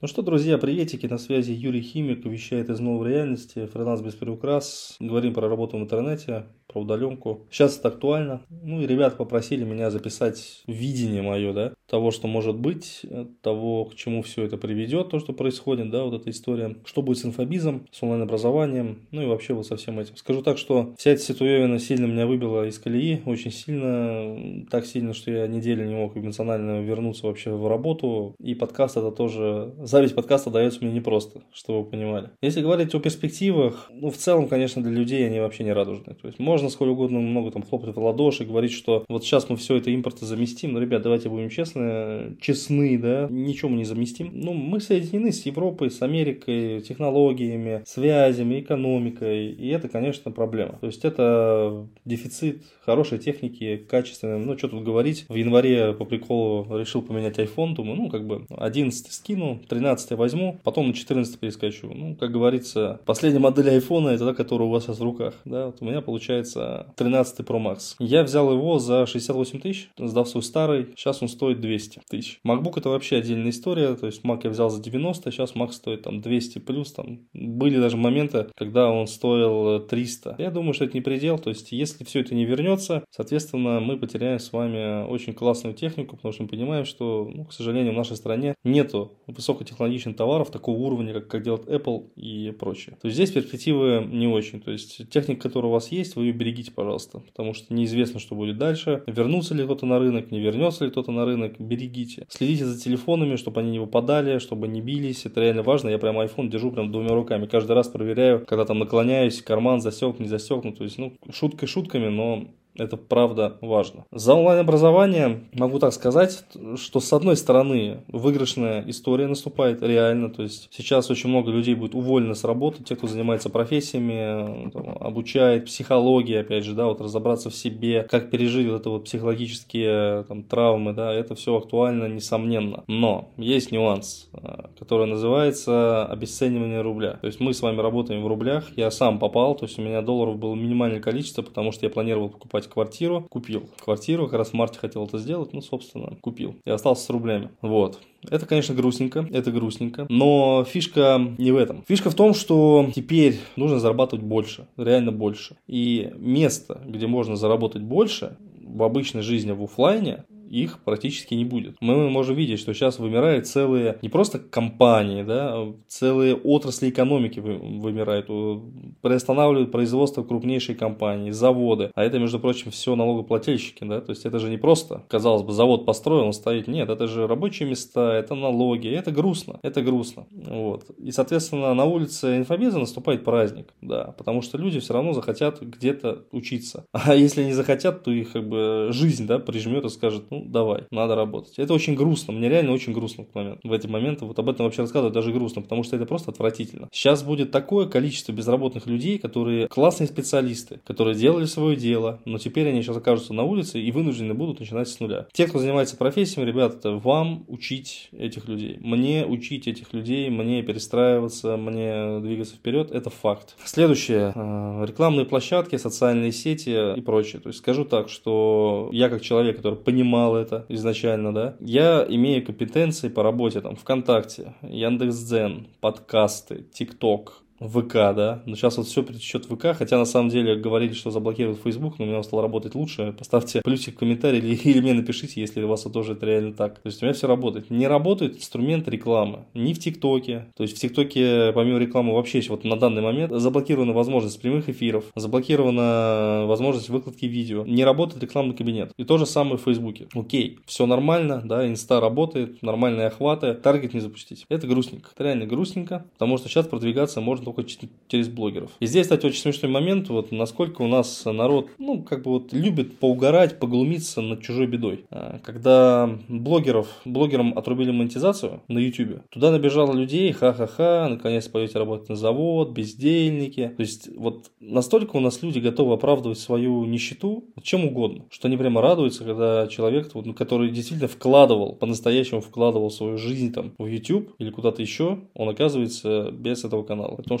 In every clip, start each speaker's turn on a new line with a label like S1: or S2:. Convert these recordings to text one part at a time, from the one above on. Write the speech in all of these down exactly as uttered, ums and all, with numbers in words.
S1: Ну что, друзья, приветики, на связи Юрий Химик, вещает из новой реальности, фриланс без приукрас, говорим про работу в интернете, про удаленку. Сейчас это актуально. Ну и ребята попросили меня записать видение мое, да, того, что может быть, того, к чему все это приведет, то, что происходит, да, вот эта история, что будет с инфобизом, с онлайн-образованием, ну и вообще вот со всем этим. Скажу так, что вся эта ситуевина сильно меня выбила из колеи, очень сильно, так сильно, что я неделю не мог эмоционально вернуться вообще в работу, и подкаст это тоже... Запись подкаста дается мне непросто, чтобы вы понимали. Если говорить о перспективах, ну, в целом, конечно, для людей они вообще не радужные. То есть, можно сколько угодно много там хлопать в ладоши, говорить, что вот сейчас мы все это импорта заместим. Но, ребят, давайте будем честны, честны, да, ничего мы не заместим. Ну, мы соединены с Европой, с Америкой, технологиями, связями, экономикой. И это, конечно, проблема. То есть, это дефицит хорошей техники, качественной. Ну, что тут говорить. В январе по приколу решил поменять iPhone. Думаю, ну, как бы одиннадцатый скину, тринадцатый возьму, потом на четырнадцатый перескочу. Ну, как говорится, последняя модель айфона это та, которая у вас сейчас в руках. Да, вот у меня получается тринадцатый Pro Max. Я взял его за шестьдесят восемь тысяч, сдав свой старый. Сейчас он стоит двести тысяч. MacBook это вообще отдельная история. То есть Mac я взял за девяносто, сейчас Mac стоит там двести плюс. Там были даже моменты, когда он стоил триста. Я думаю, что это не предел. То есть если все это не вернется, соответственно, мы потеряем с вами очень классную технику, потому что мы понимаем, что, ну, к сожалению, в нашей стране нету высокотехнологичных товаров такого уровня, как, как делает Apple и прочее. То есть здесь перспективы не очень. То есть техника, которая у вас есть, вы ее берегите, пожалуйста, потому что неизвестно, что будет дальше. Вернется ли кто-то на рынок, не вернется ли кто-то на рынок, берегите. Следите за телефонами, чтобы они не выпадали, чтобы не бились. Это реально важно. Я прям iPhone держу прям двумя руками. Каждый раз проверяю, когда там наклоняюсь, карман засек, не засек. Ну, то есть, ну, шуткой шутками, но... Это правда важно. За онлайн-образование могу так сказать, что с одной стороны выигрышная история наступает реально. То есть сейчас очень много людей будет уволено с работы. Те, кто занимается профессиями, там, обучает психологии, опять же, да, вот разобраться в себе, как пережить вот это вот психологические там, травмы, да, это все актуально, несомненно. Но есть нюанс, который называется обесценивание рубля. То есть мы с вами работаем в рублях. Я сам попал, то есть у меня долларов было минимальное количество, потому что я планировал покупать квартиру, купил квартиру, как раз в марте хотел это сделать, ну, собственно, купил. И остался с рублями. Вот. Это, конечно, грустненько, это грустненько, но фишка не в этом. Фишка в том, что теперь нужно зарабатывать больше, реально больше. И место, где можно заработать больше в обычной жизни, в офлайне, их практически не будет. Мы можем видеть, что сейчас вымирают целые, не просто компании, да, а целые отрасли экономики вымирают, приостанавливают производство крупнейшие компании, заводы. А это, между прочим, все налогоплательщики, да, то есть это же не просто, казалось бы, завод построил, он стоит. Нет, это же рабочие места, это налоги, это грустно, это грустно. Вот. И, соответственно, на улице инфобиза наступает праздник, да, потому что люди все равно захотят где-то учиться. А если не захотят, то их как бы жизнь, да, прижмет и скажет, ну, давай, надо работать. Это очень грустно, мне реально очень грустно в, момент, в эти моменты, вот об этом вообще рассказывать даже грустно, потому что это просто отвратительно. Сейчас будет такое количество безработных людей, которые классные специалисты, которые делали свое дело, но теперь они сейчас окажутся на улице и вынуждены будут начинать с нуля. Те, кто занимается профессиями, ребята, вам учить этих людей. Мне учить этих людей, мне перестраиваться, мне двигаться вперед, это факт. Следующее. Рекламные площадки, социальные сети и прочее. То есть скажу так, что я как человек, который понимал это изначально, да, я имею компетенции по работе там ВКонтакте, Яндекс.Дзен, подкасты, ТикТок, ВК, да, но сейчас вот все притечет в ВК, хотя на самом деле говорили, что заблокируют Facebook, но у меня он стал работать лучше. Поставьте плюсик в комментарии или, или мне напишите, если у вас это тоже это реально так. То есть у меня все работает. Не работает инструмент рекламы, ни в ТикТоке. То есть в ТикТоке помимо рекламы вообще еще вот на данный момент заблокирована возможность прямых эфиров, заблокирована возможность выкладки видео, не работает рекламный кабинет. И то же самое в Фейсбуке. Окей, все нормально, да, инста работает, нормальные охваты, таргет не запустить. Это грустненько, это реально грустненько, потому что сейчас продвигаться можно только через блогеров. И здесь, кстати, очень смешной момент, вот насколько у нас народ, ну, как бы вот любит поугарать, поглумиться над чужой бедой. Когда блогеров, блогерам отрубили монетизацию на YouTube, туда набежало людей, ха-ха-ха, наконец пойдете работать на завод, бездельники. То есть, вот настолько у нас люди готовы оправдывать свою нищету чем угодно, что они прямо радуются, когда человек, вот, ну, который действительно вкладывал, по-настоящему вкладывал свою жизнь там в YouTube или куда-то еще, он оказывается без этого канала. Потому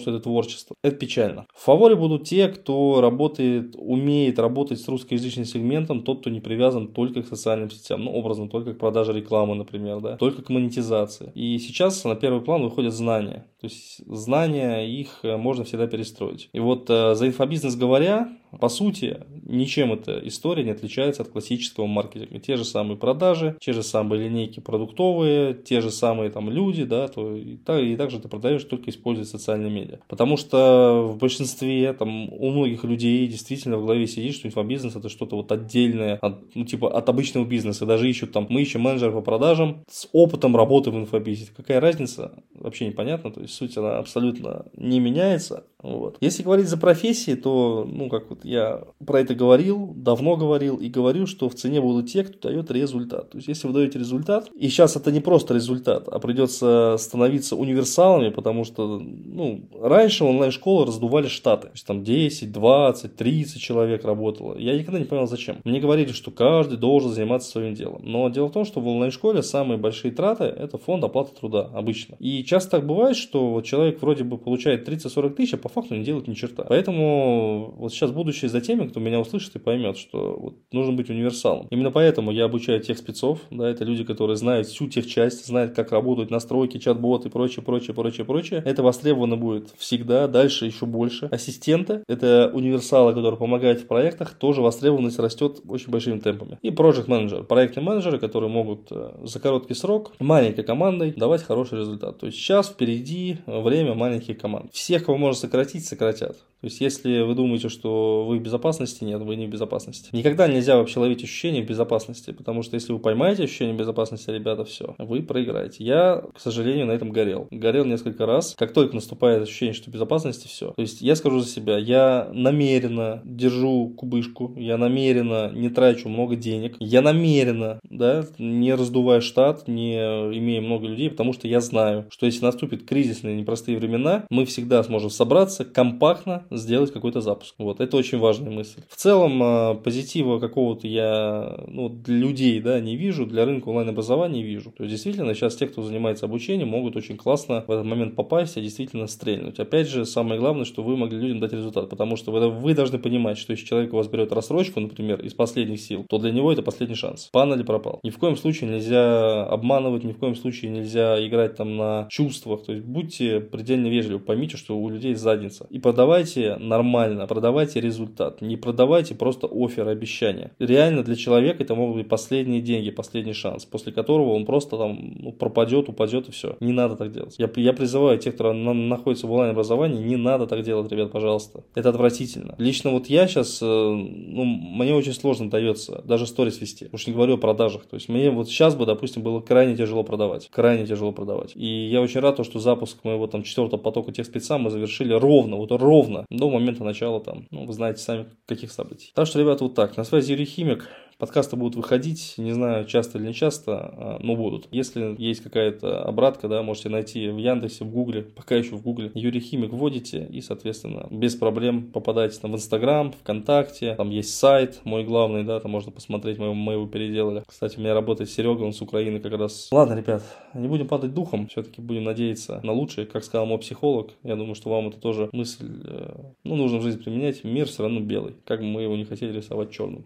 S1: что это творчество. Это печально. В фаворе будут те, кто работает, умеет работать с русскоязычным сегментом, тот, кто не привязан только к социальным сетям, ну, образно, только к продаже рекламы, например, да, только к монетизации. И сейчас на первый план выходят знания. То есть знания, их можно всегда перестроить. И вот за инфобизнес говоря, по сути, ничем эта история не отличается от классического маркетинга. Те же самые продажи, те же самые линейки продуктовые, те же самые там люди, да, то и, так, и также ты продаешь, только используя социальные медиа. Потому что в большинстве, там, у многих людей действительно в голове сидит, что инфобизнес это что-то вот отдельное, от, ну, типа от обычного бизнеса. Даже ищут там, мы ищем менеджера по продажам с опытом работы в инфобизнесе. Какая разница? Вообще непонятно. То есть суть она абсолютно не меняется. Вот. Если говорить за профессии, то, ну, как вот я про это говорил, давно говорил и говорю, что в цене будут те, кто дает результат. То есть, если вы даете результат, и сейчас это не просто результат, а придется становиться универсалами, потому что, ну, раньше онлайн-школы раздували штаты. То есть, там десять, двадцать, тридцать человек работало. Я никогда не понял, зачем. Мне говорили, что каждый должен заниматься своим делом. Но дело в том, что в онлайн-школе самые большие траты – это фонд оплаты труда обычно. И часто так бывает, что вот человек вроде бы получает тридцать-сорок тысяч, а по факту не делает ни черта. Поэтому вот сейчас будущее за теми, кто меня услышит и поймет, что вот нужно быть универсалом. Именно поэтому я обучаю тех спецов, да, это люди, которые знают всю техчасть, знают, как работают настройки, чат-боты и прочее, прочее, прочее, прочее. Это востребовано будет всегда, дальше еще больше. Ассистенты, это универсалы, которые помогают в проектах, тоже востребованность растет очень большими темпами. И проект менеджер, проектные менеджеры, которые могут за короткий срок маленькой командой давать хороший результат. То есть сейчас впереди время маленьких команд. Всех, кого можно сократить, сократят. То есть, если вы думаете, что вы в безопасности, нет, вы не в безопасности. Никогда нельзя вообще ловить ощущение в безопасности, потому что если вы поймаете ощущение безопасности, ребята, все, вы проиграете. Я, к сожалению, на этом горел. Горел несколько раз. Как только наступает ощущение, что безопасности, все. То есть, я скажу за себя, я намеренно держу кубышку, я намеренно не трачу много денег, я намеренно, да, не раздуваю штат, не имея много людей, потому что я знаю, что если наступит кризисные непростые времена, мы всегда сможем собраться компактно, сделать какой-то запуск. Вот, это очень важная мысль. В целом, позитива какого-то я, ну, для людей, да, не вижу, для рынка онлайн-образования вижу. То есть, действительно, сейчас те, кто занимается обучением, могут очень классно в этот момент попасть и действительно стрельнуть. Опять же, самое главное, что вы могли людям дать результат, потому что вы, вы должны понимать, что если человек у вас берет рассрочку, например, из последних сил, то для него это последний шанс. Пан или пропал. Ни в коем случае нельзя обманывать, ни в коем случае нельзя играть там на чувствах. То есть, будьте предельно вежливы, поймите, что у людей задница. И продавайте нормально, продавайте результат, не продавайте просто оффер, обещания. Реально для человека это могут быть последние деньги, последний шанс, после которого он просто там, ну, пропадет, упадет и все. Не надо так делать. Я, я призываю тех, кто на, находится в онлайн-образовании, не надо так делать, ребят, пожалуйста. Это отвратительно. Лично вот я сейчас, ну, мне очень сложно дается даже сторис вести, уж не говорю о продажах. То есть мне вот сейчас бы, допустим, было крайне тяжело продавать, крайне тяжело продавать. И я очень рад, что запуск моего там четвертого потока тех спеца мы завершили ровно, вот ровно до момента начала там, ну, вы знаете сами, каких событий. Так что, ребята, вот так. На связи Юрий Химик. Подкасты будут выходить, не знаю, часто или не часто, но будут. Если есть какая-то обратка, да, можете найти в Яндексе, в Гугле, пока еще в Гугле. Юрий Химик вводите и, соответственно, без проблем попадаете там в Инстаграм, ВКонтакте, там есть сайт мой главный, да, там можно посмотреть, мы, мы его переделали. Кстати, у меня работает Серега, он с Украины как раз. Ладно, ребят, не будем падать духом, все-таки будем надеяться на лучшее. Как сказал мой психолог, я думаю, что вам это тоже мысль, ну, нужно в жизни применять. Мир все равно белый, как бы мы его не хотели рисовать черным.